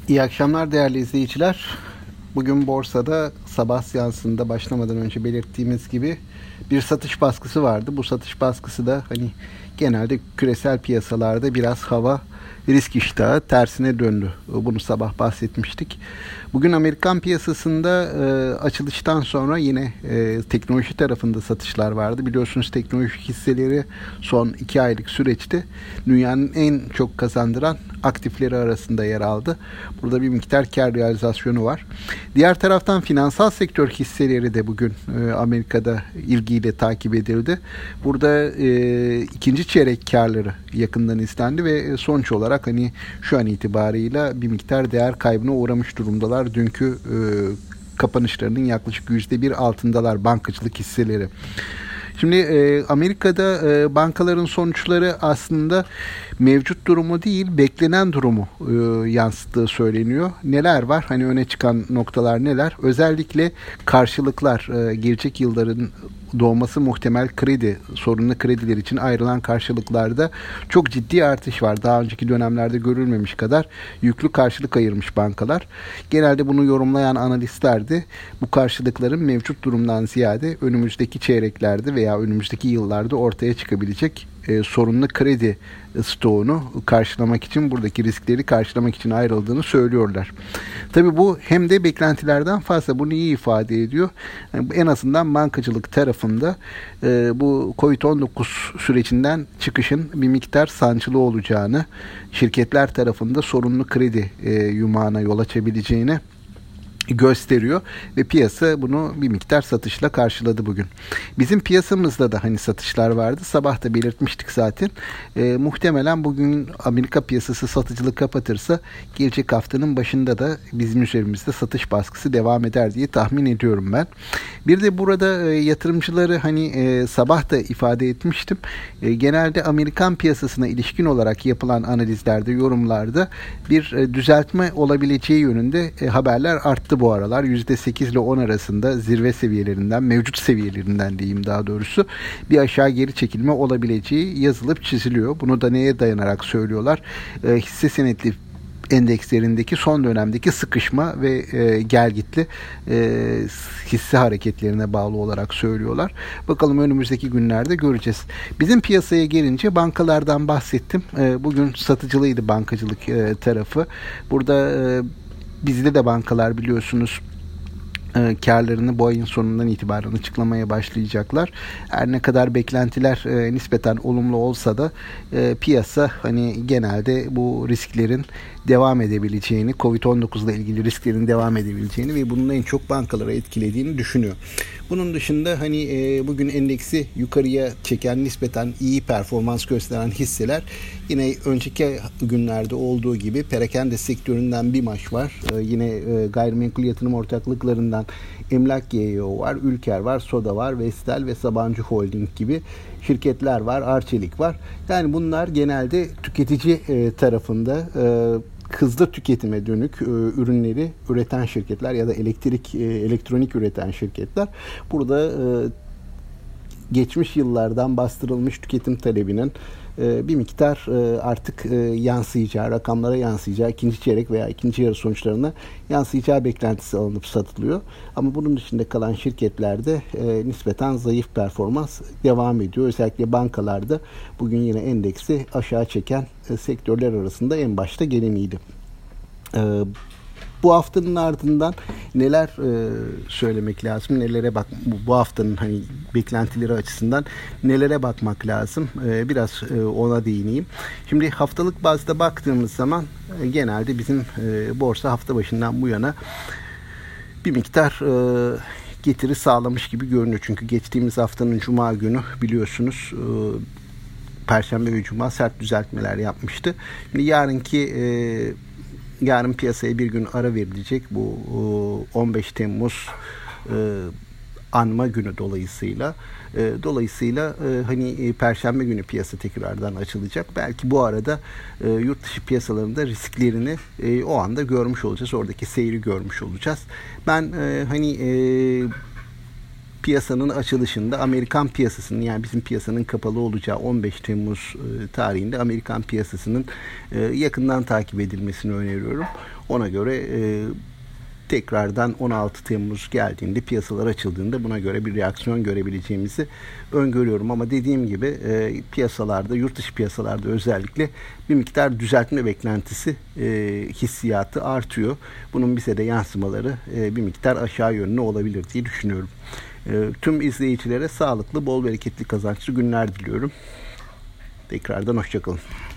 İyi akşamlar değerli izleyiciler. Bugün borsada sabah seansında başlamadan önce belirttiğimiz gibi bir satış baskısı vardı. Bu satış baskısı da genelde küresel piyasalarda biraz hava risk iştahı tersine döndü. Bunu sabah bahsetmiştik. Bugün Amerikan piyasasında açılıştan sonra yine teknoloji tarafında satışlar vardı. Biliyorsunuz teknoloji hisseleri son 2 aylık süreçte dünyanın en çok kazandıran aktifleri arasında yer aldı. Burada bir miktar kar realizasyonu var. Diğer taraftan finansal sektör hisseleri de bugün Amerika'da ilgiyle takip edildi. Burada ikinci çeyrek karları yakından izlendi ve sonuç olarak şu an itibarıyla bir miktar değer kaybına uğramış durumdalar. Dünkü kapanışlarının yaklaşık %1 altındalar bankacılık hisseleri. Şimdi Amerika'da bankaların sonuçları aslında mevcut durumu değil, beklenen durumu yansıttığı söyleniyor. Neler var? Öne çıkan noktalar neler? Özellikle karşılıklar, gelecek yılların doğması muhtemel sorunlu krediler için ayrılan karşılıklarda çok ciddi artış var. Daha önceki dönemlerde görülmemiş kadar yüklü karşılık ayırmış bankalar. Genelde bunu yorumlayan analistler de bu karşılıkların mevcut durumdan ziyade önümüzdeki çeyreklerde veya önümüzdeki yıllarda ortaya çıkabilecek sorunlu kredi stoğunu karşılamak için, buradaki riskleri karşılamak için ayrıldığını söylüyorlar. Tabii bu hem de beklentilerden fazla, bunu iyi ifade ediyor. En azından bankacılık tarafında bu Covid-19 sürecinden çıkışın bir miktar sancılı olacağını, şirketler tarafında sorunlu kredi yumağına yol açabileceğini gösteriyor ve piyasa bunu bir miktar satışla karşıladı bugün. Bizim piyasamızda da satışlar vardı. Sabah da belirtmiştik zaten. Muhtemelen bugün Amerika piyasası satıcılık kapatırsa gelecek haftanın başında da bizim üzerimizde satış baskısı devam eder diye tahmin ediyorum ben. Bir de burada yatırımcıları sabah da ifade etmiştim. Genelde Amerikan piyasasına ilişkin olarak yapılan analizlerde, yorumlarda bir düzeltme olabileceği yönünde haberler arttı bu aralar. %8 ile 10 arasında zirve seviyelerinden, mevcut seviyelerinden diyeyim daha doğrusu, bir aşağı geri çekilme olabileceği yazılıp çiziliyor. Bunu da neye dayanarak söylüyorlar? Hisse senetli endekslerindeki son dönemdeki sıkışma ve gelgitli hisse hareketlerine bağlı olarak söylüyorlar. Bakalım önümüzdeki günlerde göreceğiz. Bizim piyasaya gelince bankalardan bahsettim. Bugün satıcılıydı bankacılık tarafı. Burada bizde de bankalar biliyorsunuz karlarını bu ayın sonundan itibaren açıklamaya başlayacaklar. Her ne kadar beklentiler nispeten olumlu olsa da piyasa genelde bu risklerin devam edebileceğini, Covid-19 ile ilgili risklerin devam edebileceğini ve bunun en çok bankalara etkilediğini düşünüyor. Bunun dışında bugün endeksi yukarıya çeken, nispeten iyi performans gösteren hisseler yine önceki günlerde olduğu gibi perakende sektöründen BİMAŞ var. Yine gayrimenkul yatırım ortaklıklarından Emlak GEO var, Ülker var, Soda var, Vestel ve Sabancı Holding gibi şirketler var, Arçelik var. Yani bunlar genelde tüketici tarafında hızlı tüketime dönük ürünleri üreten şirketler ya da elektronik üreten şirketler. Burada geçmiş yıllardan bastırılmış tüketim talebinin bir miktar artık yansıyacağı, rakamlara yansıyacağı, ikinci çeyrek veya ikinci yarı sonuçlarına yansıyacağı beklentisi alınıp satılıyor. Ama bunun dışında kalan şirketlerde nispeten zayıf performans devam ediyor. Özellikle bankalarda bugün yine endeksi aşağı çeken sektörler arasında en başta geleniydi. Bu haftanın ardından neler söylemek lazım, nelere bu haftanın beklentileri açısından nelere bakmak lazım, biraz ona değineyim. Şimdi haftalık bazda baktığımız zaman genelde bizim borsa hafta başından bu yana bir miktar getiri sağlamış gibi görünüyor. Çünkü geçtiğimiz haftanın Cuma günü biliyorsunuz Perşembe ve Cuma sert düzeltmeler yapmıştı. Şimdi yarın piyasaya bir gün ara verilecek. Bu 15 Temmuz anma günü dolayısıyla. Perşembe günü piyasa tekrardan açılacak. Belki bu arada yurt dışı piyasalarında risklerini o anda görmüş olacağız. Oradaki seyri görmüş olacağız. Ben piyasanın açılışında Amerikan piyasasının, yani bizim piyasanın kapalı olacağı 15 Temmuz tarihinde Amerikan piyasasının yakından takip edilmesini öneriyorum. Ona göre tekrardan 16 Temmuz geldiğinde, piyasalar açıldığında buna göre bir reaksiyon görebileceğimizi öngörüyorum. Ama dediğim gibi piyasalarda, yurt dışı piyasalarda özellikle bir miktar düzeltme beklentisi hissiyatı artıyor. Bunun bize de yansımaları bir miktar aşağı yönlü olabilir diye düşünüyorum. Tüm izleyicilere sağlıklı, bol bereketli, kazançlı günler diliyorum. Tekrardan hoşça kalın.